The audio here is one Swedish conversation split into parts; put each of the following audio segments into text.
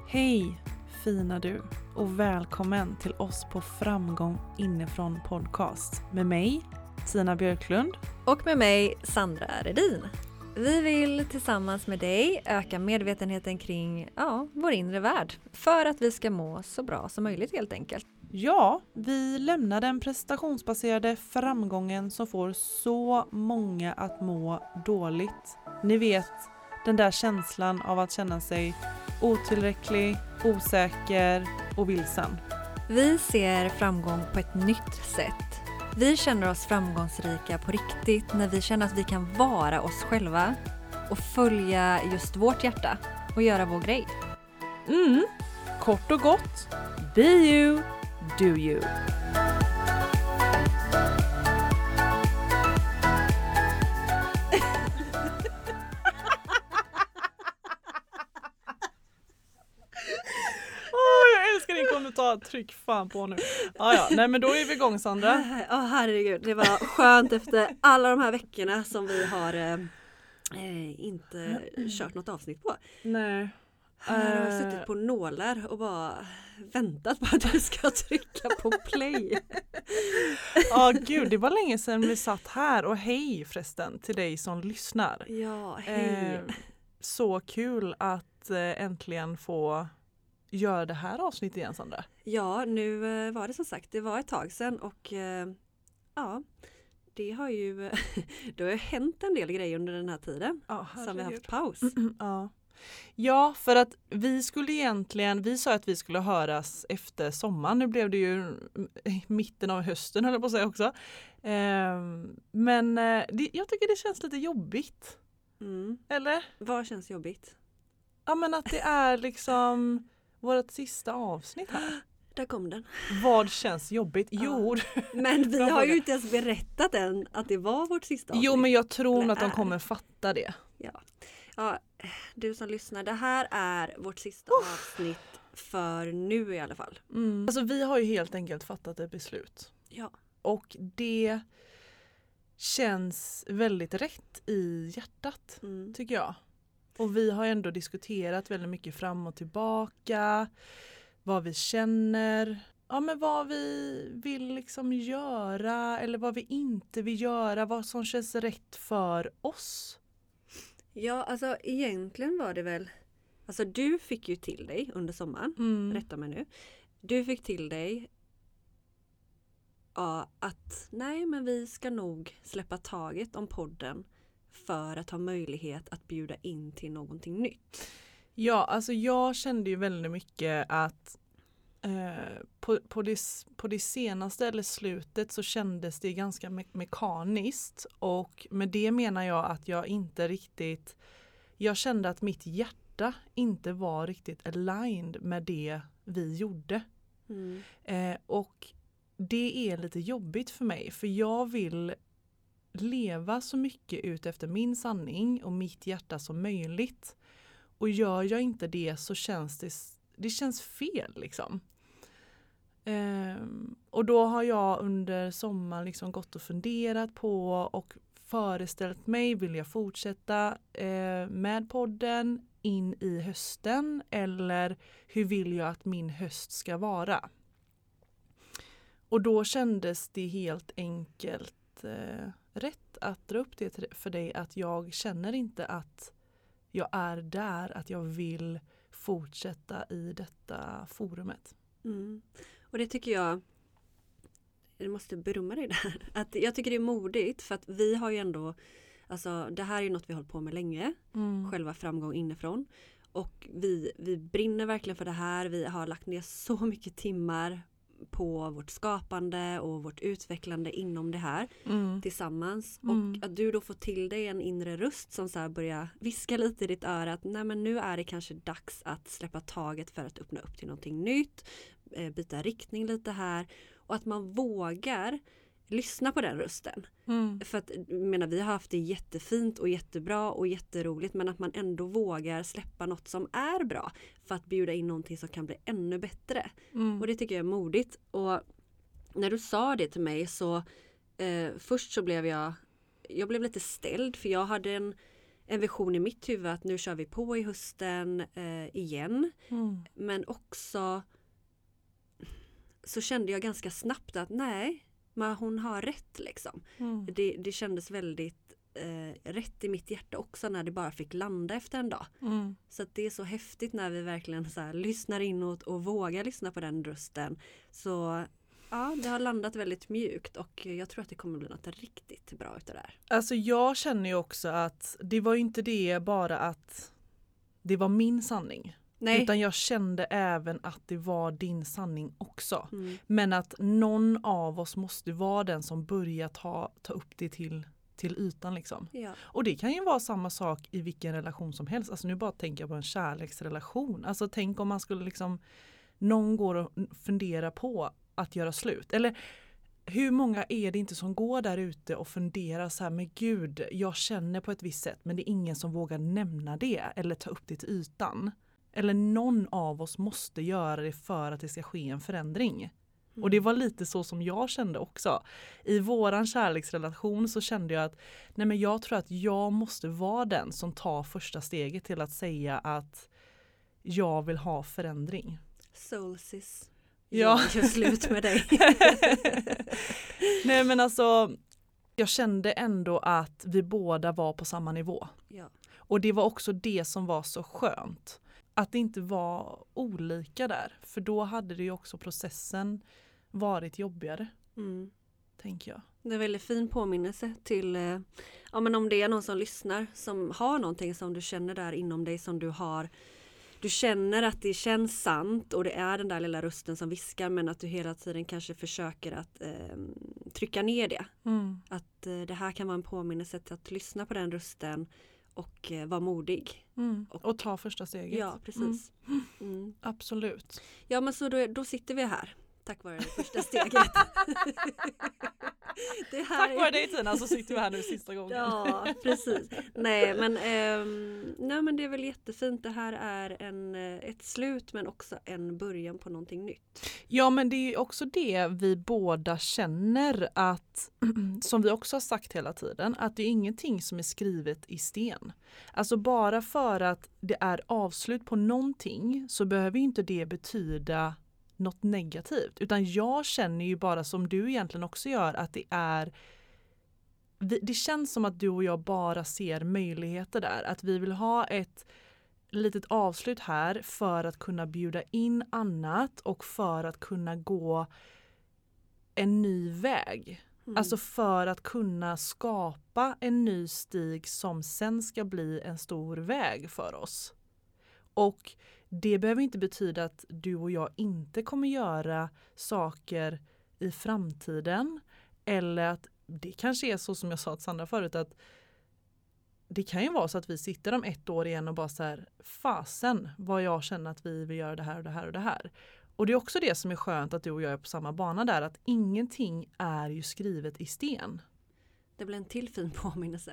Hej fina du och välkommen till oss på Framgång inifrån podcast med mig Tina Björklund och med mig Sandra Redin. Vi vill tillsammans med dig öka medvetenheten kring vår inre värld för att vi ska må så bra som möjligt helt enkelt. Ja, vi lämnar den prestationsbaserade framgången som får så många att må dåligt. Ni vet, den där känslan av att känna sig otillräcklig, osäker och vilsen. Vi ser framgång på ett nytt sätt. Vi känner oss framgångsrika på riktigt när vi känner att vi kan vara oss själva och följa just vårt hjärta och göra vår grej. Kort och gott, be you, do you. Jag älskar din kommentar, tryck fan på nu. Nej men då är vi igång Sandra. Herregud, det var skönt efter alla de här veckorna som vi har inte kört något avsnitt på. Nej. Jag har suttit på nålar och bara väntat på att du ska trycka på play. Gud, det var länge sedan vi satt här och hej förresten till dig som lyssnar. Ja, hej. Så kul att äntligen få göra det här avsnittet igen Sandra. Ja, nu var det som sagt, det var ett tag sedan och det har ju hänt en del grejer under den här tiden som vi har haft paus. Ja, för att vi sa att vi skulle höras efter sommaren. Nu blev det ju mitten av hösten höll jag på att säga också. Men jag tycker det känns lite jobbigt. Eller? Vad känns jobbigt? Ja, men att det är liksom vårt sista avsnitt här. Där kom den. Vad känns jobbigt? Jo. Men vi har ju inte ens berättat än att det var vårt sista avsnitt. Jo, men jag tror att de kommer fatta det. Ja, du som lyssnar, det här är vårt sista avsnitt för nu i alla fall. Alltså vi har ju helt enkelt fattat ett beslut. Ja. Och det känns väldigt rätt i hjärtat, tycker jag. Och vi har ändå diskuterat väldigt mycket fram och tillbaka. Vad vi känner. Ja, men vad vi vill liksom göra. Eller vad vi inte vill göra. Vad som känns rätt för oss. Ja, alltså egentligen var det väl. Alltså du fick ju till dig under sommaren. Rätta mig nu. Du fick till dig. Ja, att nej men vi ska nog släppa taget om podden. För att ha möjlighet att bjuda in till någonting nytt. Ja, alltså jag kände ju väldigt mycket att på det senaste eller slutet så kändes det ganska mekaniskt. Och med det menar jag att jag kände att mitt hjärta inte var riktigt aligned med det vi gjorde. Och det är lite jobbigt för mig för jag vill leva så mycket ut efter min sanning och mitt hjärta som möjligt. Och gör jag inte det så känns det känns fel liksom. Och då har jag under sommaren liksom gått och funderat på och föreställt mig, vill jag fortsätta med podden in i hösten eller hur vill jag att min höst ska vara? Och då kändes det helt enkelt rätt att dra upp det för dig att jag känner inte att jag är där, att jag vill fortsätta i detta forumet. Och det tycker jag måste berömma dig där. Att jag tycker det är modigt för att vi har ju ändå, alltså det här är ju något vi har hållit på med länge, själva framgång inifrån. Och vi brinner verkligen för det här, vi har lagt ner så mycket timmar på vårt skapande och vårt utvecklande inom det här tillsammans. Och att du då får till dig en inre röst som så här börjar viska lite i ditt öra att nej men nu är det kanske dags att släppa taget för att öppna upp till någonting nytt, byta riktning lite här och att man vågar lyssna på den rösten. För att vi har haft det jättefint och jättebra och jätteroligt men att man ändå vågar släppa något som är bra för att bjuda in någonting som kan bli ännu bättre. Och det tycker jag är modigt. Och när du sa det till mig så först så blev jag blev lite ställd för jag hade en vision i mitt huvud att nu kör vi på i hösten igen. Men också så kände jag ganska snabbt att nej, men hon har rätt liksom. Det kändes väldigt rätt i mitt hjärta också när det bara fick landa efter en dag. Så att det är så häftigt när vi verkligen så här, lyssnar inåt och vågar lyssna på den rösten. Så ja, det har landat väldigt mjukt och jag tror att det kommer bli något riktigt bra utav det här. Alltså jag känner ju också att det var inte det bara att det var min sanning. Nej. Utan jag kände även att det var din sanning också. Men att någon av oss måste vara den som börjar ta upp det till ytan liksom. Ja. Och det kan ju vara samma sak i vilken relation som helst. Alltså nu bara tänker jag på en kärleksrelation. Alltså tänk om man skulle liksom någon går och fundera på att göra slut. Eller hur många är det inte som går där ute och funderar så här, men gud, jag känner på ett visst sätt men det är ingen som vågar nämna det eller ta upp det till ytan. Eller någon av oss måste göra det för att det ska ske en förändring. Och det var lite så som jag kände också. I våran kärleksrelation så kände jag att nej, men jag tror att jag måste vara den som tar första steget till att säga att jag vill ha förändring. Soulsis. Ja. Jag gör slut med dig. Nej men alltså, jag kände ändå att vi båda var på samma nivå. Ja. Och det var också det som var så skönt. Att det inte var olika där. För då hade det ju också processen varit jobbigare. Tänker jag. Det är en väldigt fin påminnelse till, men om det är någon som lyssnar som har någonting som du känner där inom dig som du känner att det känns sant och det är den där lilla rösten som viskar men att du hela tiden kanske försöker att trycka ner det. Att det här kan vara en påminnelse till att lyssna på den rösten och vara modig. Och ta första steget. Ja, precis. Absolut. Ja, men så då sitter vi här. Tack vare det första steget. Tack vare dig Tina så sitter vi här nu sista gången. Ja, precis. Nej, men det är väl jättefint. Det här är ett slut men också en början på någonting nytt. Ja, men det är också det vi båda känner att, som vi också har sagt hela tiden, att det är ingenting som är skrivet i sten. Alltså bara för att det är avslut på någonting så behöver inte det betyda något negativt. Utan jag känner ju bara som du egentligen också gör att det känns som att du och jag bara ser möjligheter där. Att vi vill ha ett litet avslut här för att kunna bjuda in annat och för att kunna gå en ny väg. Alltså för att kunna skapa en ny stig som sen ska bli en stor väg för oss. Och det behöver inte betyda att du och jag inte kommer göra saker i framtiden. Eller att det kanske är så som jag sa till Sandra förut att det kan ju vara så att vi sitter om 1 år igen och bara så här, fasen vad jag känner att vi vill göra det här och det här och det här. Och det är också det som är skönt att du och jag är på samma bana där, att ingenting är ju skrivet i sten. Det blir en till fin påminnelse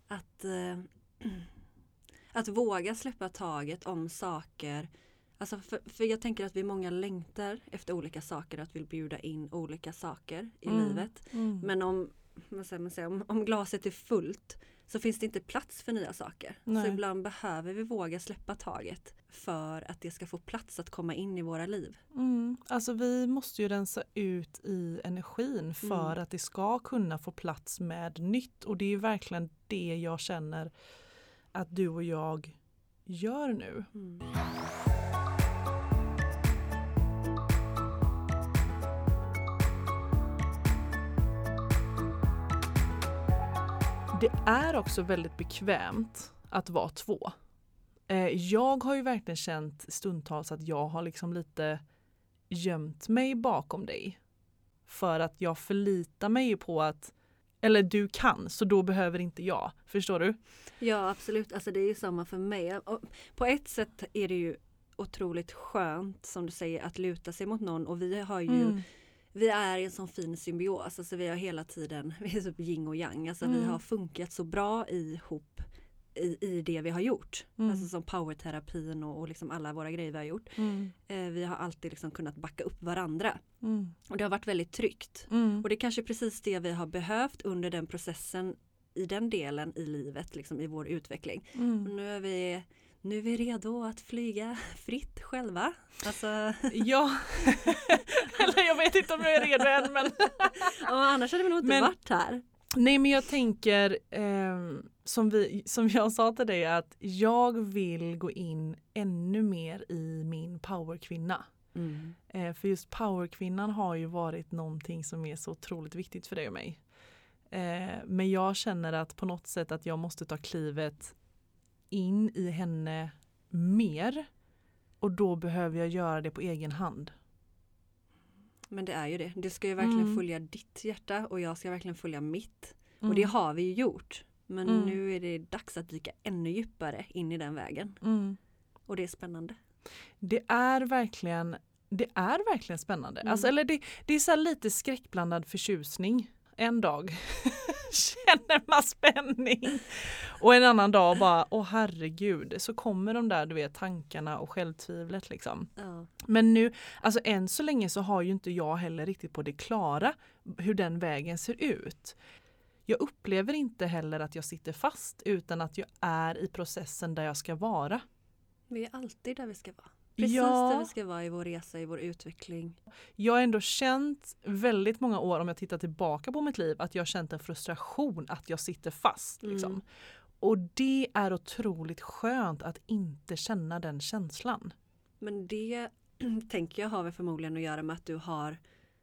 att våga släppa taget om saker. Alltså för jag tänker att vi många längtar efter olika saker, att vi vill bjuda in olika saker i livet. Men om glaset är fullt så finns det inte plats för nya saker. Nej. Så ibland behöver vi våga släppa taget för att det ska få plats att komma in i våra liv. Alltså vi måste ju rensa ut i energin för att det ska kunna få plats med nytt. Och det är ju verkligen det jag känner att du och jag gör nu. Det är också väldigt bekvämt att vara 2. Jag har ju verkligen känt stundtals att jag har liksom lite gömt mig bakom dig. För att jag förlitar mig på att, eller du kan, så då behöver inte jag. Förstår du? Ja, absolut. Alltså det är ju samma för mig. Och på ett sätt är det ju otroligt skönt, som du säger, att luta sig mot någon. Och vi har ju vi är i en sån fin symbios. Alltså vi har hela tiden, vi är typ yin och yang. Alltså vi har funkat så bra ihop i det vi har gjort. Alltså som powerterapin och liksom alla våra grejer vi har gjort. Vi har alltid liksom kunnat backa upp varandra. Och det har varit väldigt tryggt. Och det är kanske precis det vi har behövt under den processen i den delen i livet, liksom i vår utveckling. Och nu är vi redo att flyga fritt själva. Alltså... Ja, eller jag vet inte om jag är redo än. Men... annars hade vi nog inte varit här. Nej, men jag tänker som jag sa till dig, att jag vill gå in ännu mer i min powerkvinna. För just powerkvinnan har ju varit någonting som är så otroligt viktigt för dig och mig. Men jag känner att på något sätt att jag måste ta klivet in i henne mer. Och då behöver jag göra det på egen hand. Men det är ju det. Du ska ju verkligen följa ditt hjärta och jag ska verkligen följa mitt. Och det har vi ju gjort. Men nu är det dags att dyka ännu djupare in i den vägen. Och det är spännande. Det är verkligen spännande. Alltså, eller det är så här lite skräckblandad förtjusning. En dag känner man spänning. Och en annan dag bara, herregud. Så kommer de där, tankarna och självtvivlet liksom. Ja. Men nu, alltså än så länge så har ju inte jag heller riktigt på det klara hur den vägen ser ut. Jag upplever inte heller att jag sitter fast, utan att jag är i processen där jag ska vara. Vi är alltid där vi ska vara. Precis där vi ska vara i vår resa, i vår utveckling. Jag har ändå känt väldigt många år, om jag tittar tillbaka på mitt liv, att jag har känt en frustration att jag sitter fast. Liksom. Och det är otroligt skönt att inte känna den känslan. Men det tänker jag har väl förmodligen att göra med att du har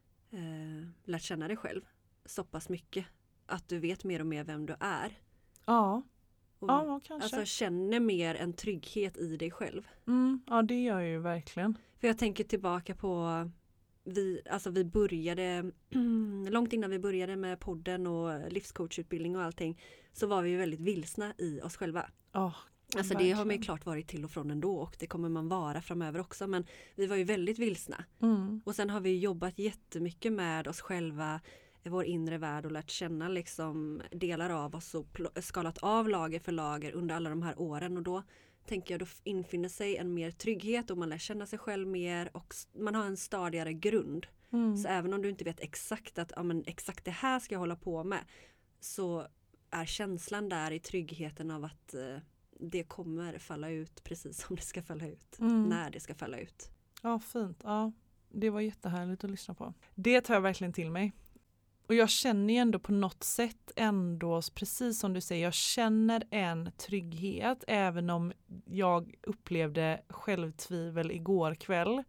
lärt känna dig själv så pass mycket. Att du vet mer och mer vem du är. Ja. Och, ja, kanske. Alltså känner mer en trygghet i dig själv. Ja, det gör jag ju verkligen. För jag tänker tillbaka på vi började långt innan vi började med podden och livscoachutbildning och allting, så var vi ju väldigt vilsna i oss själva. Alltså verkligen. Det har man ju klart varit till och från ändå, och det kommer man vara framöver också, men vi var ju väldigt vilsna. Och sen har vi jobbat jättemycket med oss själva, vår inre värld, och lärt känna liksom delar av oss och skalat av lager för lager under alla de här åren, och då tänker jag då infinner sig en mer trygghet och man lär känna sig själv mer och man har en stadigare grund. Så även om du inte vet exakt att exakt det här ska jag hålla på med, så är känslan där i tryggheten av att det kommer falla ut precis som det ska falla ut. När det ska falla ut. Ja, fint. Ja, det var jättehärligt att lyssna på. Det tar jag verkligen till mig. Och jag känner ju ändå på något sätt ändå, precis som du säger, jag känner en trygghet, även om jag upplevde självtvivel igår kväll,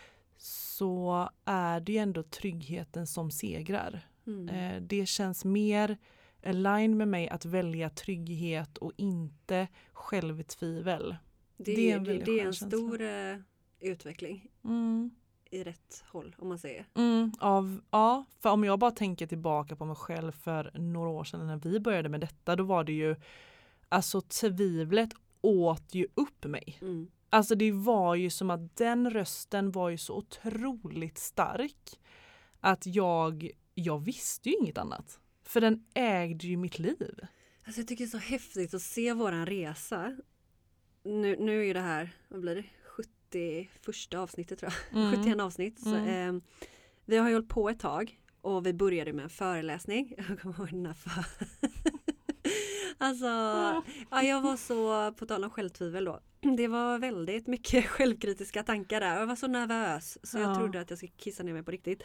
så är det ändå tryggheten som segrar. Det känns mer aligned med mig att välja trygghet och inte självtvivel. Det är en stor utveckling. I rätt håll, om man säger. För om jag bara tänker tillbaka på mig själv för några år sedan när vi började med detta, då var det ju, alltså tvivlet åt ju upp mig. Alltså det var ju som att den rösten var ju så otroligt stark att jag visste ju inget annat. För den ägde ju mitt liv. Alltså jag tycker det är så häftigt att se våran resa. Nu är ju det här, vad blir det? 71 avsnittet tror jag. 71 avsnitt. Så, vi har ju hållit på ett tag och vi började med en föreläsning. Jag kommer ihåg den här Alltså, jag var så, på tal om självtvivel då. Det var väldigt mycket självkritiska tankar där. Jag var så nervös så jag trodde att jag skulle kissa ner mig på riktigt.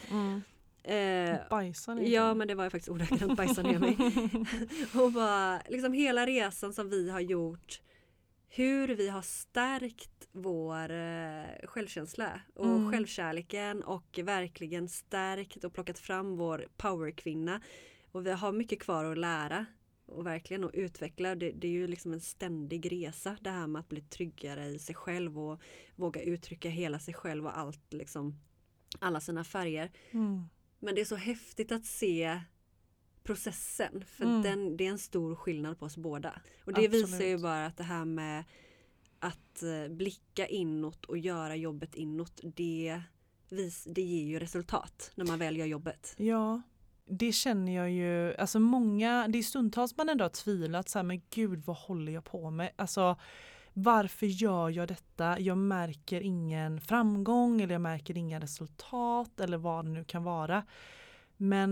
Bajsa ner. Ja, men det var ju faktiskt ordagrant bajsa ner mig. Och bara, liksom hela resan som vi har gjort, hur vi har stärkt vår självkänsla och självkärleken och verkligen stärkt och plockat fram vår powerkvinna. Och vi har mycket kvar att lära och verkligen att utveckla. Det är ju liksom en ständig resa, det här med att bli tryggare i sig själv och våga uttrycka hela sig själv och allt, liksom, alla sina färger. Men det är så häftigt att se processen, för det är en stor skillnad på oss båda. Och det visar ju bara att det här med att blicka inåt och göra jobbet inåt, det ger ju resultat när man väl gör jobbet. Ja, det känner jag ju, alltså det är stundtals man ändå har tvivlat så här, men gud, vad håller jag på med? Alltså, varför gör jag detta? Jag märker ingen framgång eller jag märker inga resultat eller vad det nu kan vara. Men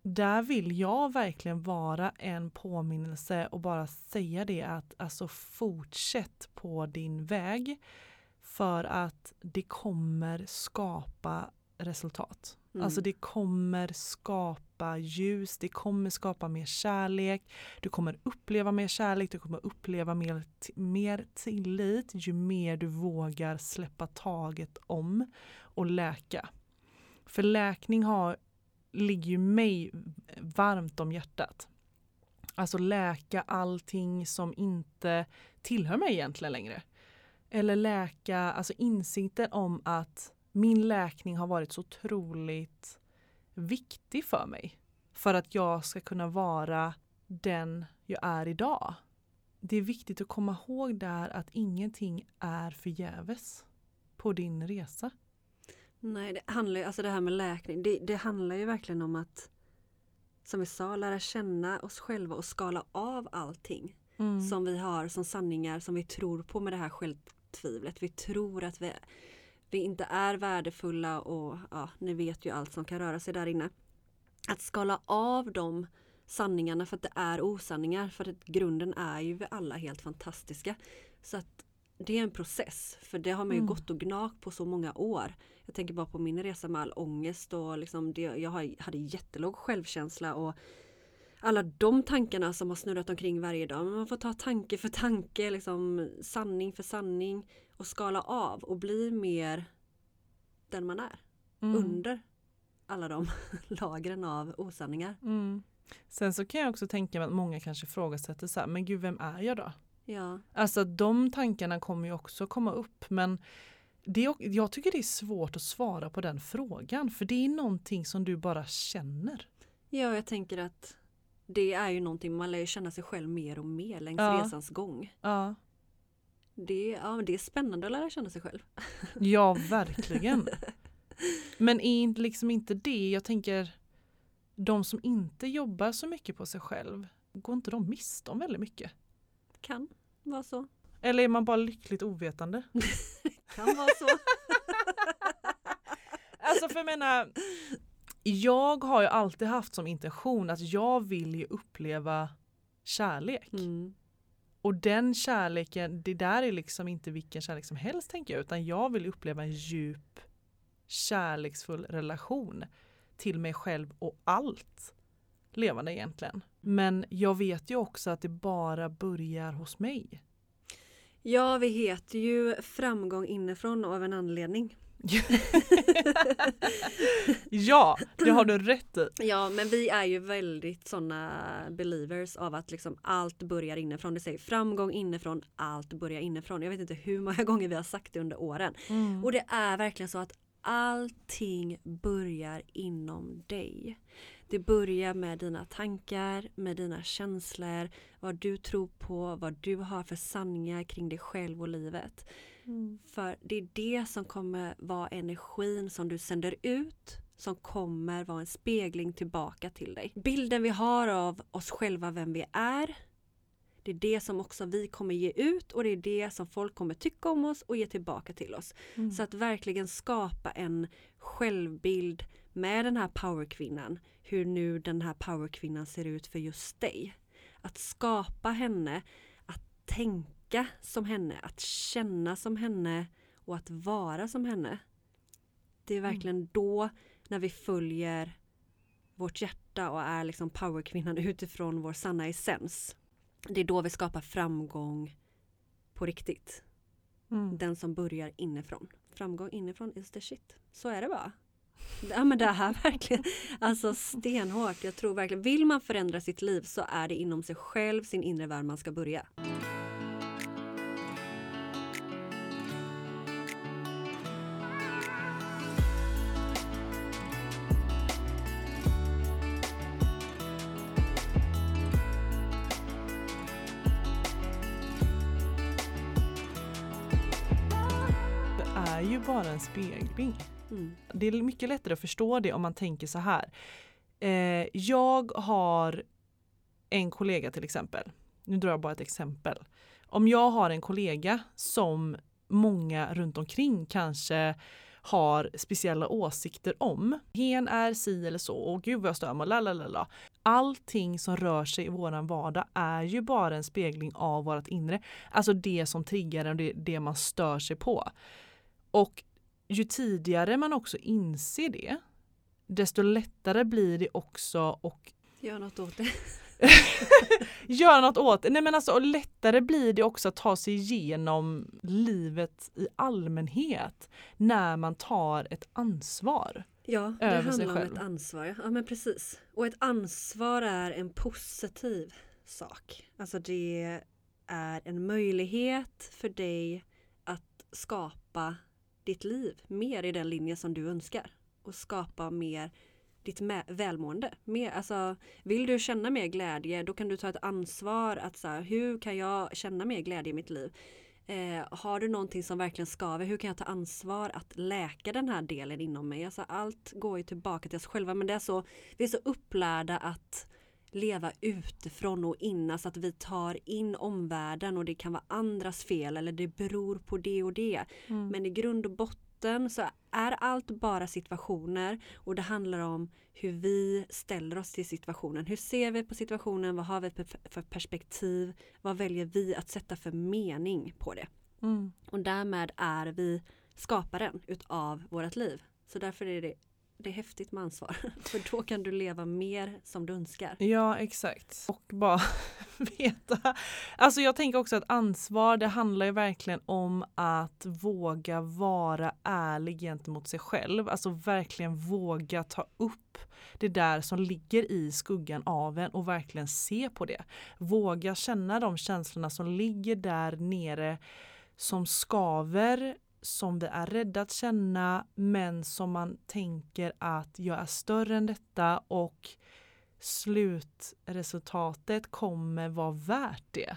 där vill jag verkligen vara en påminnelse och bara säga det att alltså fortsätt på din väg för att det kommer skapa resultat. Alltså det kommer skapa ljus, det kommer skapa mer kärlek, du kommer uppleva mer kärlek, du kommer uppleva mer tillit ju mer du vågar släppa taget om och läka. För läkning ligger ju mig varmt om hjärtat. Alltså läka allting som inte tillhör mig egentligen längre. Eller läka, alltså insikten om att min läkning har varit så otroligt viktig för mig. För att jag ska kunna vara den jag är idag. Det är viktigt att komma ihåg där att ingenting är förgäves på din resa. Nej, det här med läkning, det handlar ju verkligen om att, som vi sa, lära känna oss själva och skala av allting som vi har som sanningar, som vi tror på med det här självtvivlet. Vi tror att vi inte är värdefulla och ni vet ju allt som kan röra sig där inne. Att skala av de sanningarna för att det är osanningar, för att grunden är ju alla helt fantastiska. Så att det är en process, för det har man ju gått och gnagt på så många år. Jag tänker bara på min resa med all ångest och liksom jag hade jättelåg självkänsla och alla de tankarna som har snurrat omkring varje dag. Men man får ta tanke för tanke, liksom sanning för sanning och skala av och bli mer den man är under alla de lagren av osanningar. Sen så kan jag också tänka mig att många kanske ifrågasätter så här, men gud, vem är jag då? Ja. Alltså de tankarna kommer ju också komma upp, men jag tycker det är svårt att svara på den frågan, för det är någonting som du bara känner. Ja, jag tänker att det är ju någonting man lär känna sig själv mer och mer längs resans gång. Ja. Det är spännande att lära känna sig själv. Ja, verkligen. Men är liksom inte det, jag tänker, de som inte jobbar så mycket på sig själv, går inte de miste om väldigt mycket? Kan vara så. Eller är man bara lyckligt ovetande? Kan vara så. Alltså för jag menar, jag har ju alltid haft som intention att jag vill ju uppleva kärlek. Och den kärleken, det där är liksom inte vilken kärlek som helst, tänker jag, utan jag vill uppleva en djup kärleksfull relation till mig själv och allt levande egentligen. Men jag vet ju också att det bara börjar hos mig. Ja, vi heter ju framgång inifrån av en anledning. Ja, det har du rätt i. Ja, men vi är ju väldigt sådana believers av att liksom allt börjar inifrån. Det säger framgång inifrån, allt börjar inifrån. Jag vet inte hur många gånger vi har sagt det under åren. Och det är verkligen så att allting börjar inom dig. Det börjar med dina tankar, med dina känslor, vad du tror på, vad du har för sanningar kring dig själv och livet. För det är det som kommer vara energin som du sänder ut, som kommer vara en spegling tillbaka till dig. Bilden vi har av oss själva, vem vi är, det är det som också vi kommer ge ut, och det är det som folk kommer tycka om oss och ge tillbaka till oss. Så att verkligen skapa en självbild med den här powerkvinnan, hur nu den här powerkvinnan ser ut för just dig. Att skapa henne, att tänka som henne, att känna som henne och att vara som henne. Det är verkligen då, när vi följer vårt hjärta och är liksom powerkvinnan utifrån vår sanna essens. Det är då vi skapar framgång på riktigt. Den som börjar inifrån. Framgång inifrån is the shit. Så är det bara. Ja, men det här verkligen, alltså stenhårt. Jag tror verkligen, vill man förändra sitt liv så är det inom sig själv, sin inre värld, man ska börja. Det är ju bara en spegling. Det är mycket lättare att förstå det om man tänker så här. Jag har en kollega till exempel. Nu drar jag bara ett exempel. Om jag har en kollega som många runt omkring kanske har speciella åsikter om. Hen är si eller så och gud vad jag stör mig, lalalala. Allting som rör sig i våran vardag är ju bara en spegling av vårt inre. Alltså det som triggar en, det man stör sig på. Och ju tidigare man också inser det, desto lättare blir det också och gör något åt det. Gör något åt det. Nej men alltså, och lättare blir det också att ta sig igenom livet i allmänhet när man tar ett ansvar. Ja, det handlar om ett ansvar. Ja, men precis. Och ett ansvar är en positiv sak. Alltså det är en möjlighet för dig att skapa ditt liv mer i den linje som du önskar. Och skapa mer ditt välmående. Alltså, vill du känna mer glädje, då kan du ta ett ansvar att så här, hur kan jag känna mer glädje i mitt liv? Har du någonting som verkligen skaver, hur kan jag ta ansvar att läka den här delen inom mig? Alltså, allt går ju tillbaka till oss själva, men vi är så upplärda att leva utifrån och in, alltså att vi tar in omvärlden och det kan vara andras fel eller det beror på det och det. Men i grund och botten så är allt bara situationer och det handlar om hur vi ställer oss till situationen. Hur ser vi på situationen? Vad har vi för perspektiv? Vad väljer vi att sätta för mening på det? Och därmed är vi skaparen utav vårt liv. Så därför är det är häftigt med ansvar. För då kan du leva mer som du önskar. Ja, exakt. Och bara veta. Alltså jag tänker också att ansvar, det handlar ju verkligen om att våga vara ärlig gentemot sig själv. Alltså verkligen våga ta upp det där som ligger i skuggan av en och verkligen se på det. Våga känna de känslorna som ligger där nere som skaver, som vi är rädda att känna, men som man tänker att jag är större än detta och slutresultatet kommer vara värt det.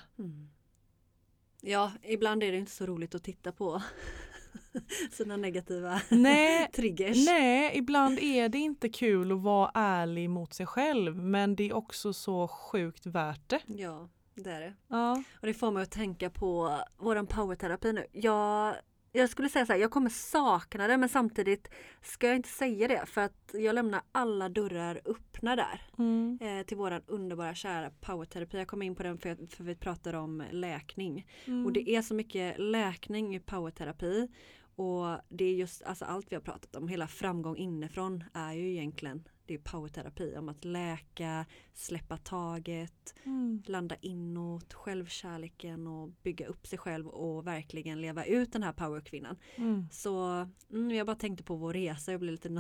Ja, ibland är det inte så roligt att titta på sina negativa triggers. Nej, ibland är det inte kul att vara ärlig mot sig själv, men det är också så sjukt värt det. Ja, det är det. Ja. Och det får mig att tänka på våran powerterapi nu. Jag skulle säga så här, jag kommer sakna det, men samtidigt ska jag inte säga det för att jag lämnar alla dörrar öppna där till våran underbara kära powerterapi. Jag kommer in på den för vi pratar om läkning. Och det är så mycket läkning i powerterapi och det är just alltså allt vi har pratat om, hela framgång inifrån är ju egentligen det är powerterapi, om att läka, släppa taget, landa inåt, självkärleken och bygga upp sig själv och verkligen leva ut den här powerkvinnan. Så jag bara tänkte på vår resa, jag blev lite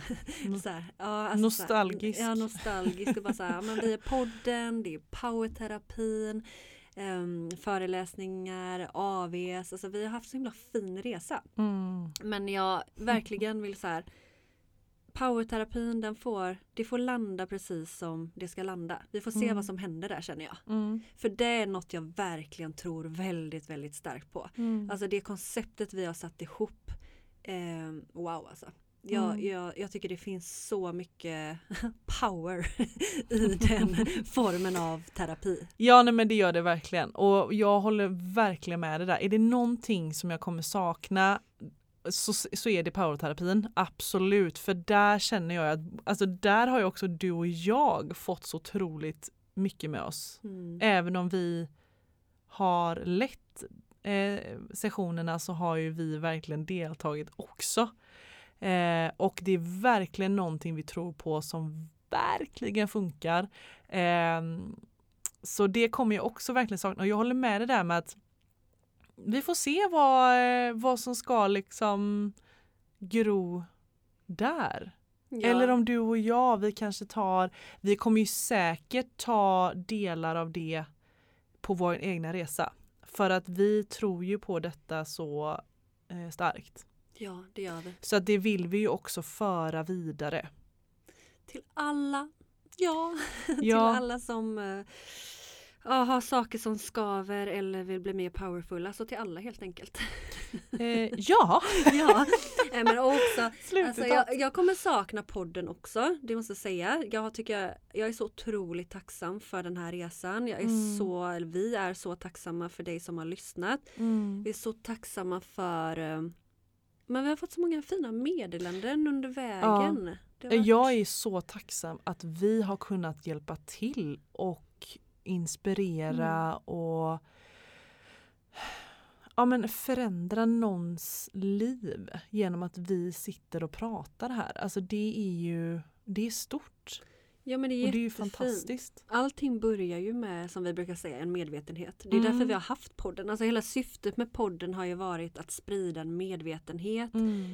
nostalgisk. Nostalgisk och bara så här, men det är podden, det är powerterapin, föreläsning,ar AVs, alltså vi har haft så himla fin resa. Men jag verkligen vill så här, powerterapin det får landa precis som det ska landa. Vi får se vad som händer där, känner jag. För det är något jag verkligen tror väldigt, väldigt starkt på. Alltså det konceptet vi har satt ihop, wow alltså. Jag tycker det finns så mycket power i den formen av terapi. Ja, nej, men det gör det verkligen. Och jag håller verkligen med det där. Är det någonting som jag kommer sakna så är det powerterapin. Absolut. För där känner jag att alltså där har ju också du och jag fått så otroligt mycket med oss. Även om vi har lett sessionerna så har ju vi verkligen deltagit också. Och det är verkligen någonting vi tror på som verkligen funkar. Så det kommer jag också verkligen sakna. Och jag håller med det där med att vi får se vad som ska liksom gro där. Ja. Eller om du och jag, vi kommer ju säkert ta delar av det på vår egna resa. För att vi tror ju på detta så starkt. Ja, det gör vi. Så att det vill vi ju också föra vidare. Till alla, till alla som har saker som skaver eller vill bli mer powerful. Alltså till alla helt enkelt. Ja. Men också, alltså, jag kommer sakna podden också, det måste jag säga. Jag är så otroligt tacksam för den här resan. Vi är så tacksamma för dig som har lyssnat. Vi är så tacksamma för Men vi har fått så många fina meddelanden under vägen. Ja. Jag är så tacksam att vi har kunnat hjälpa till och inspirera och förändra någons liv genom att vi sitter och pratar här. Alltså det är stort. Ja, men det är och det är ju fantastiskt. Allting börjar ju med, som vi brukar säga, en medvetenhet. Det är därför vi har haft podden. Alltså hela syftet med podden har ju varit att sprida en medvetenhet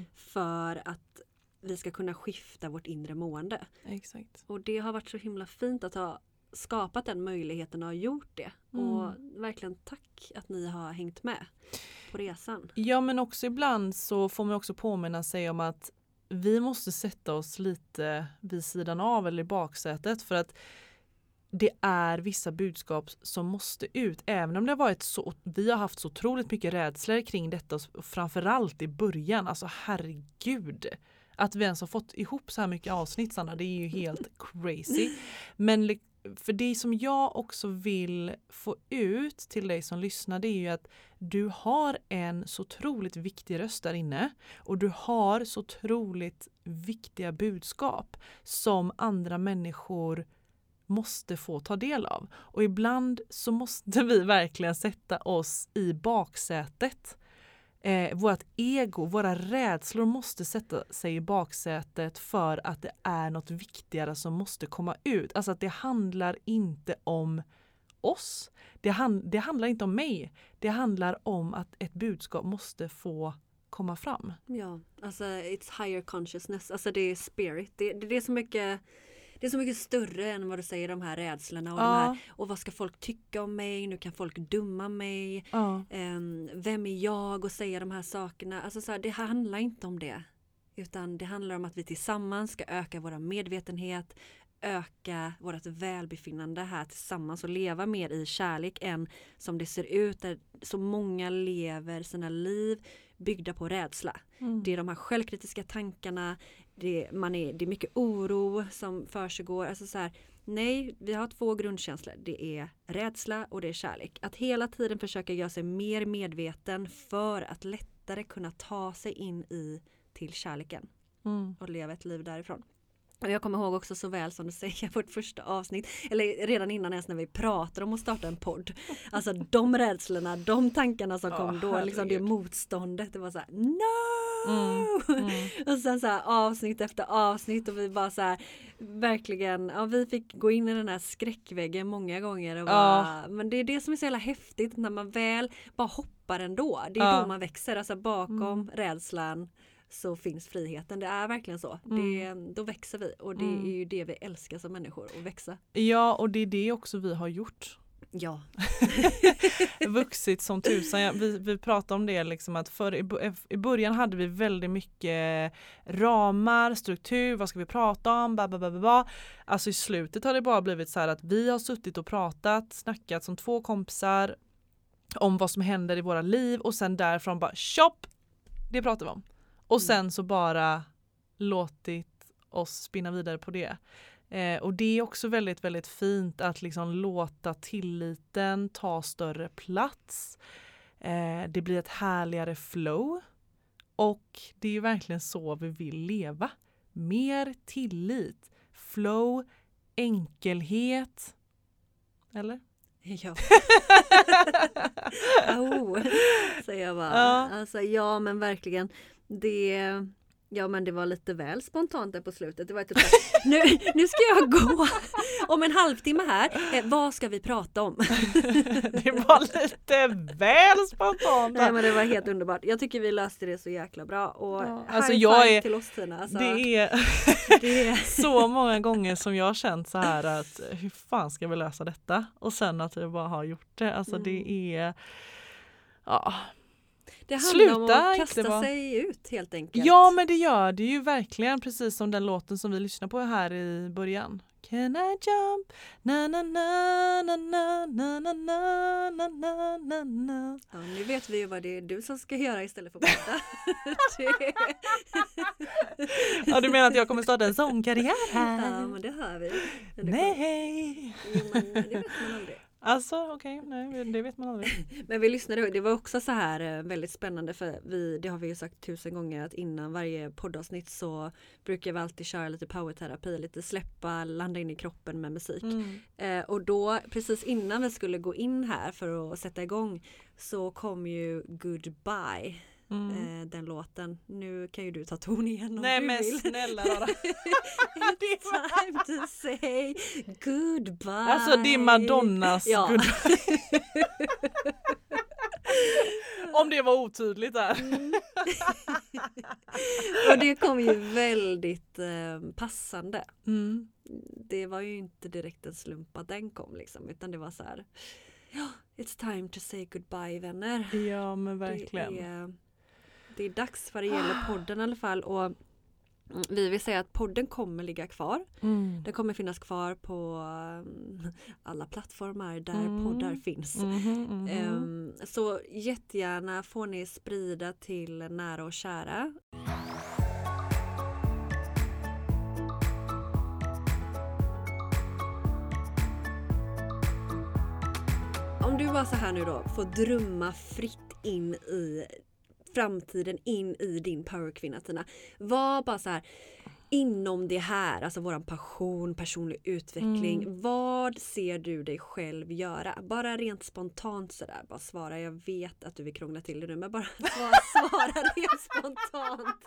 för att vi ska kunna skifta vårt inre mående. Exakt. Och det har varit så himla fint att ha skapat den möjligheten och ha gjort det. Och verkligen tack att ni har hängt med på resan. Ja, men också ibland så får man också påminna sig om att vi måste sätta oss lite vid sidan av eller i baksätet, för att det är vissa budskap som måste ut. Även om det har varit så, vi har haft så otroligt mycket rädslor kring detta, och framförallt i början. Alltså herregud. Att vi ens har fått ihop så här mycket avsnitt, Sanna, det är ju helt crazy. Men för det som jag också vill få ut till dig som lyssnar, det är ju att du har en så otroligt viktig röst där inne. Och du har så otroligt viktiga budskap som andra människor måste få ta del av. Och ibland så måste vi verkligen sätta oss i baksätet. Vårt ego, våra rädslor måste sätta sig i baksätet för att det är något viktigare som måste komma ut. Alltså att det handlar inte om oss. Det handlar inte om mig. Det handlar om att ett budskap måste få komma fram. Ja, alltså it's higher consciousness. Alltså det är spirit. Det är så mycket... Det är så mycket större än vad du säger, de här rädslorna och de här, och vad ska folk tycka om mig, nu kan folk dumma mig, vem är jag och säga de här sakerna. Alltså så här, det handlar inte om det, utan det handlar om att vi tillsammans ska öka vår medvetenhet, öka vårt välbefinnande här tillsammans och leva mer i kärlek än som det ser ut där så många lever sina liv byggda på rädsla. Det är de här självkritiska tankarna, det är mycket oro som försiggår. Alltså så här, nej, vi har 2 grundkänslor. Det är rädsla och det är kärlek. Att hela tiden försöka göra sig mer medveten för att lättare kunna ta sig in till kärleken och leva ett liv därifrån. Och jag kommer ihåg också så väl som du säger vårt första avsnitt, eller redan innan ens när vi pratade om att starta en podd. Alltså de rädslorna, de tankarna som kom då, liksom det motståndet, det var så här, no! Och sen så här avsnitt efter avsnitt och vi bara så här, verkligen, vi fick gå in i den här skräckväggen många gånger och bara, men det är det som är så jävla häftigt när man väl bara hoppar ändå. Det är då man växer, alltså bakom rädslan så finns friheten. Det är verkligen så. Då växer vi. Och det är ju det vi älskar som människor, att växa. Ja, och det är det också vi har gjort. Ja. Vuxit som tusan. Vi pratade om det liksom, att i början hade vi väldigt mycket ramar, struktur, vad ska vi prata om, Alltså i slutet har det bara blivit så här att vi har suttit och snackat som 2 kompisar om vad som händer i våra liv, och sen därifrån bara chop, det pratar vi om. Och sen så bara låtit oss spinna vidare på det. Och det är också väldigt, väldigt fint att liksom låta tilliten ta större plats. Det blir ett härligare flow. Och det är ju verkligen så vi vill leva. Mer tillit, flow, enkelhet. Eller? Ja. Säger jag bara. Alltså, ja, men verkligen. Det var lite väl spontant där på slutet. Det var typ nu ska jag gå om en halvtimme här. Vad ska vi prata om? Det var lite väl spontant. Nej, men det var helt underbart. Jag tycker vi löste det så jäkla bra. Och alltså till oss, Tina. Alltså, det är så många gånger som jag har känt så här att hur fan ska vi lösa detta? Och sen att vi bara har gjort det. Alltså det är... Ja... Det handlar om att kasta sig ut helt enkelt. Ja, men det gör det ju verkligen, precis som den låten som vi lyssnar på här i början. Can I jump? Na na na na na na na na na na na. Ja, nu vet vi ju vad det är du som ska göra istället för att prata. Ja, du menar att jag kommer starta en sångkarriär här? Ja, men det hör vi. Nej! Jo, men det vet man aldrig. Alltså okej, nej det vet man aldrig. Men vi lyssnade, det var också så här väldigt spännande för det har vi ju sagt 1000 gånger att innan varje poddavsnitt så brukar vi alltid köra lite powerterapi, lite släppa, landa in i kroppen med musik. Och då precis innan vi skulle gå in här för att sätta igång så kom ju Goodbye. Den låten. Nu kan ju du ta ton igen om nej, du men vill. Snälla Lara. It's time to say goodbye. Alltså det är Madonnas Goodbye. Om det var otydligt där. Och det kom ju väldigt passande. Det var ju inte direkt en slump att den kom liksom, utan det var så här, it's time to say goodbye, vänner. Ja, men verkligen. Det är dags vad det gäller podden i alla fall, och vi vill säga att podden kommer ligga kvar. Den kommer finnas kvar på alla plattformar där poddar finns. Så jättegärna får ni sprida till nära och kära. Om du bara så här nu då får drömma fritt in i framtiden, in i din powerkvinna, Tina. Var bara så här inom det här, alltså våran passion, personlig utveckling. Vad ser du dig själv göra? Bara rent spontant sådär, bara svara. Jag vet att du vill krångla till det nu, men bara svara rent spontant.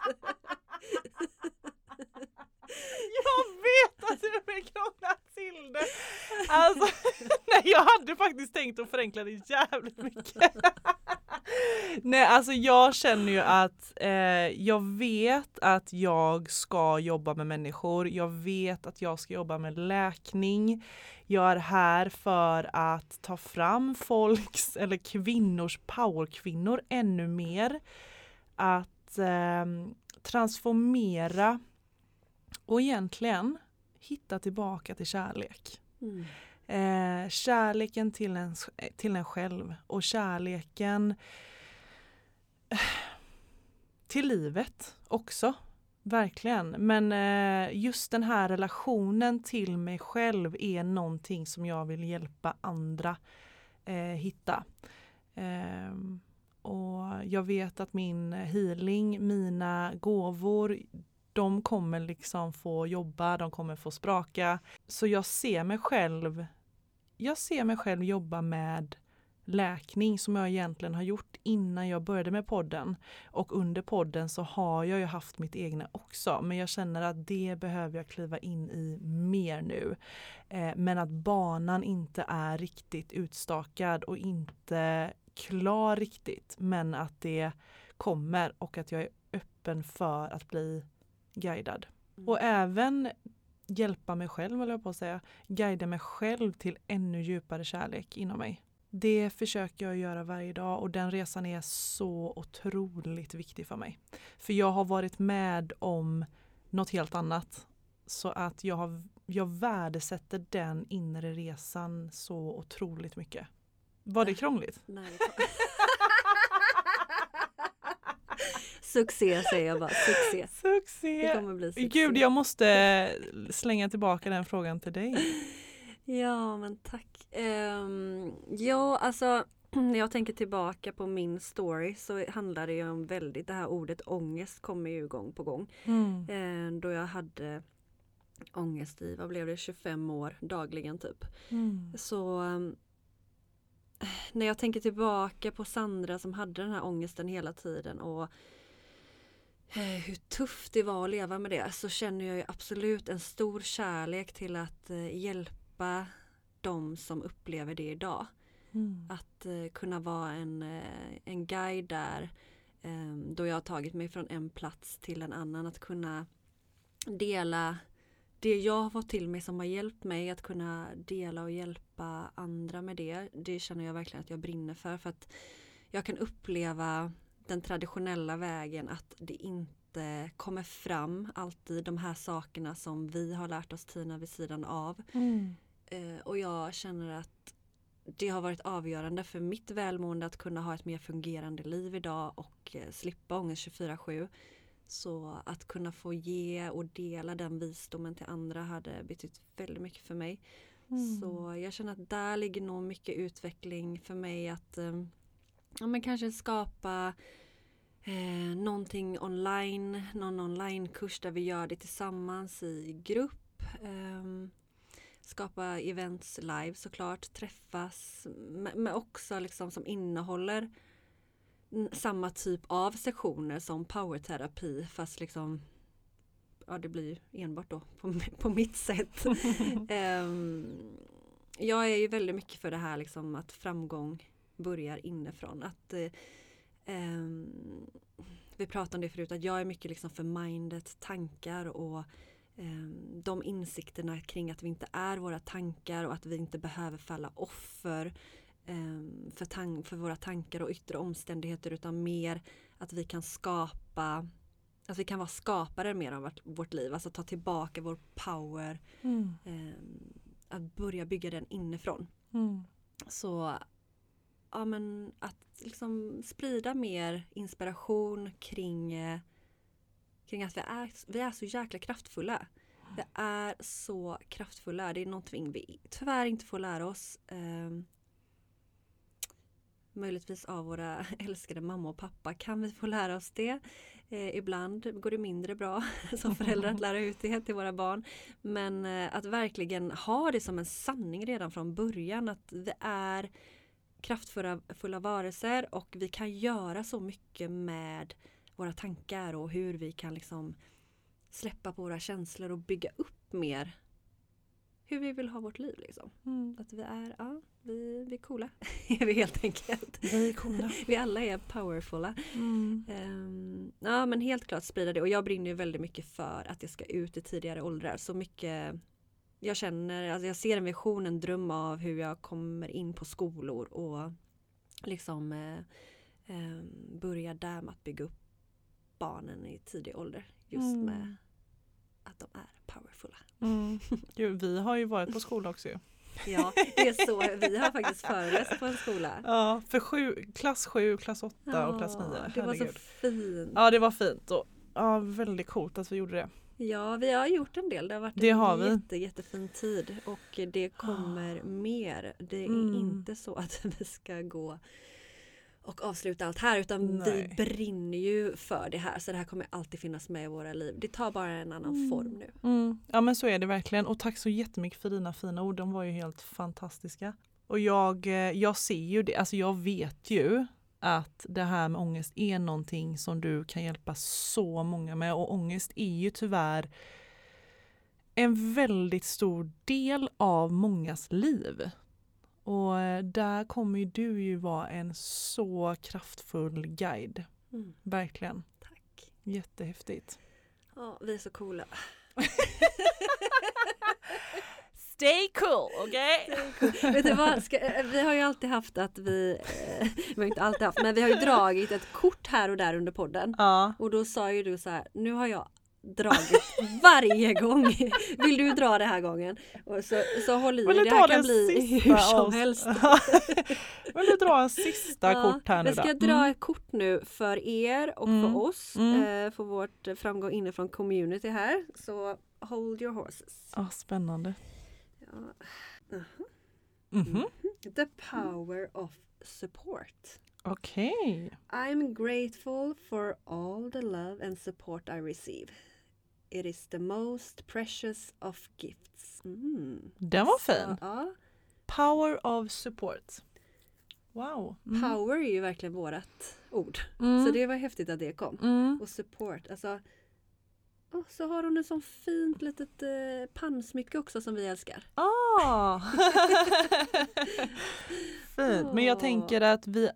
Jag vet att du vill krångla till det. Alltså, nej, jag hade faktiskt tänkt att förenkla det jävligt mycket. Nej, alltså jag känner ju att jag vet att jag ska jobba med människor. Jag vet att jag ska jobba med läkning. Jag är här för att ta fram folks eller kvinnors powerkvinnor ännu mer. Att transformera och egentligen hitta tillbaka till kärlek. Kärleken till en själv och kärleken till livet också. Verkligen. Men just den här relationen till mig själv är någonting som jag vill hjälpa andra hitta. Och jag vet att min healing, mina gåvor, de kommer liksom få jobba, de kommer få spraka. Så jag ser mig själv jobba med läkning som jag egentligen har gjort innan jag började med podden. Och under podden så har jag ju haft mitt egna också. Men jag känner att det behöver jag kliva in i mer nu. Men att banan inte är riktigt utstakad och inte klar riktigt. Men att det kommer och att jag är öppen för att bli guidad. Och även hjälpa mig själv, eller jag på att säga. Guida mig själv till ännu djupare kärlek inom mig. Det försöker jag göra varje dag och den resan är så otroligt viktig för mig. För jag har varit med om något helt annat. Så att jag värdesätter den inre resan så otroligt mycket. Var det krångligt? Nej. Succé säger jag bara, succé. Succé. Det kommer bli succé. Gud, jag måste slänga tillbaka den frågan till dig. Ja, men tack. Ja, alltså när jag tänker tillbaka på min story så handlar det ju om väldigt, det här ordet ångest kommer ju gång på gång. Då jag hade ångest i, vad blev det, 25 år dagligen typ. Så när jag tänker tillbaka på Sandra som hade den här ångesten hela tiden och hur tufft det var att leva med det, så känner jag ju absolut en stor kärlek till att hjälpa de som upplever det idag. Att kunna vara en guide där då jag har tagit mig från en plats till en annan, att kunna dela det jag har fått till mig som har hjälpt mig, att kunna dela och hjälpa andra med det. Det känner jag verkligen att jag brinner för att jag kan uppleva den traditionella vägen att det inte kommer fram alltid de här sakerna som vi har lärt oss, Tina, vid sidan av. Och jag känner att det har varit avgörande för mitt välmående att kunna ha ett mer fungerande liv idag och slippa ångest 24/7. Så att kunna få ge och dela den visdomen till andra hade betytt väldigt mycket för mig. Så jag känner att där ligger nog mycket utveckling för mig att men kanske skapa någonting online, någon onlinekurs där vi gör det tillsammans i grupp. Skapa events live såklart, träffas, men också liksom som innehåller samma typ av sektioner som powerterapi, fast liksom det blir ju enbart då på mitt sätt. Jag är ju väldigt mycket för det här liksom att framgång börjar inifrån. Att vi pratade om det förut, att jag är mycket liksom för mindet, tankar och de insikterna kring att vi inte är våra tankar och att vi inte behöver falla offer för våra tankar och yttre omständigheter, utan mer att vi kan skapa, att vi kan vara skapare mer av vårt liv, alltså ta tillbaka vår power, att börja bygga den inifrån. Så ja, men att liksom sprida mer inspiration kring att vi är så jäkla kraftfulla. Vi är så kraftfulla. Det är någonting vi tyvärr inte får lära oss. Möjligtvis av våra älskade mamma och pappa kan vi få lära oss det. Ibland går det mindre bra som föräldrar att lära ut det till våra barn. Men att verkligen ha det som en sanning redan från början, att vi är kraftfulla varelser och vi kan göra så mycket med våra tankar och hur vi kan liksom släppa på våra känslor och bygga upp mer hur vi vill ha vårt liv liksom. Att vi är, vi är coola. Är vi helt enkelt. Vi är coola. Vi alla är powerfulla. Ja, men helt klart sprida det. Och jag brinner ju väldigt mycket för att jag ska ut i tidigare åldrar. Så mycket jag känner, alltså jag ser en vision, en dröm av hur jag kommer in på skolor och liksom börja där med att bygga upp barnen i tidig ålder. Just med att de är powerfulla. Gud, vi har ju varit på skola också ju. Ja, det är så. Vi har faktiskt föreläst på en skola. Ja, för klass 7, klass 8 och klass 9. Det var så fint. Ja, det var fint. Och väldigt coolt att vi gjorde det. Ja, vi har gjort en del. Det har varit en jättefin tid. Och det kommer mer. Det är inte så att vi ska gå och avsluta allt här, utan vi brinner ju för det här, så det här kommer alltid finnas med i våra liv. Det tar bara en annan form nu. Ja, men så är det verkligen, och tack så jättemycket för dina fina ord, de var ju helt fantastiska. Och jag ser ju det, alltså jag vet ju att det här med ångest är någonting som du kan hjälpa så många med, och ångest är ju tyvärr en väldigt stor del av mångas liv. Och där kommer ju du ju vara en så kraftfull guide. Verkligen. Tack. Jättehäftigt. Ja, vi är så coola. Stay cool, okej? Okay? Vet du vad? Vi har ju alltid haft att vi har inte alltid haft, men vi har ju dragit ett kort här och där under podden. Ja. Och då sa ju du så här, nu har jag dragit varje gång. Vill du dra det här gången? Och så håll i, det här kan bli hur som helst. Vill du dra en sista kort här nu då? Jag ska dra ett kort nu för er och för oss. För vårt framgång inifrån community här. Så hold your horses. Spännande. Ja. The power of support. Okej. I'm grateful for all the love and support I receive. It is the most precious of gifts. Den var fin. Ja. Power of support. Wow. Power är ju verkligen vårat ord. Så det var häftigt att det kom. Och support, alltså. Så har hon en sån fint litet pannsmycke också som vi älskar. Fint. Men jag tänker att vi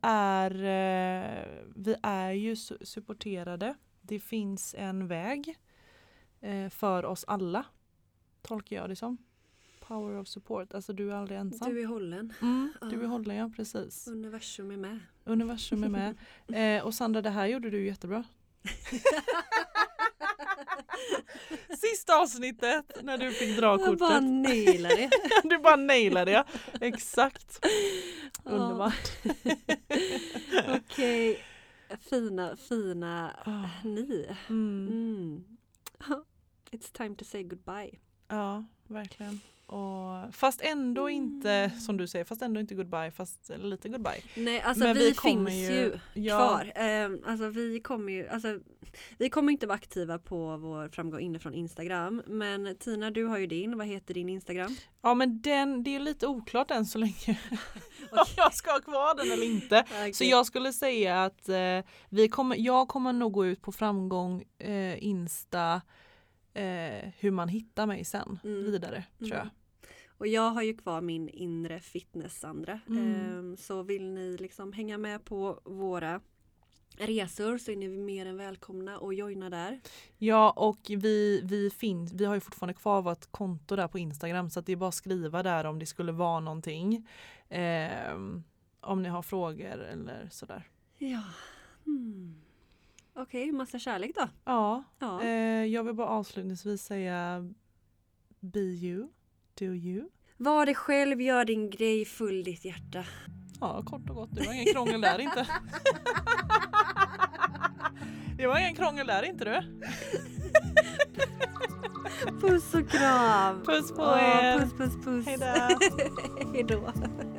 är ju supporterade. Det finns en väg för oss alla. Tolkar jag det som. Power of support. Alltså du är aldrig ensam. Du är hållen. Du är hållen, ja, precis. Universum är med. Universum är med. Och Sandra, det här gjorde du jättebra. Sista avsnittet när du fick dra kortet. Jag bara nailade det. Du bara nailade det, ja. Exakt. Underbart. Okej. Fina ni. It's time to say goodbye. Ja, verkligen. Och fast ändå inte, som du säger, fast ändå inte goodbye, fast lite goodbye. Nej, alltså men vi finns ju ja. kvar. Alltså vi kommer inte vara aktiva på vår framgång inifrån Instagram. Men Tina, du har ju din. Vad heter din Instagram? Ja, men det är lite oklart än så länge. Om jag ska ha kvar den eller inte. Okay. Så jag skulle säga att jag kommer nog gå ut på framgång Insta hur man hittar mig sen vidare, tror jag. Och jag har ju kvar min inre fitness, Sandra. Så vill ni liksom hänga med på våra resor så är ni mer än välkomna och joina där. Ja, och vi har ju fortfarande kvar vårt konto där på Instagram, så att det är bara att skriva där om det skulle vara någonting. Om ni har frågor eller sådär. Ja. Okej, massa kärlek då. Ja. Jag vill bara avslutningsvis säga be you, do you. Var dig själv, gör din grej, full ditt hjärta. Ja, kort och gott. Det var ingen krångel där inte. Det var ingen krångel där inte, du. Puss och kram. Puss på er. Puss. Hejdå. Hejdå.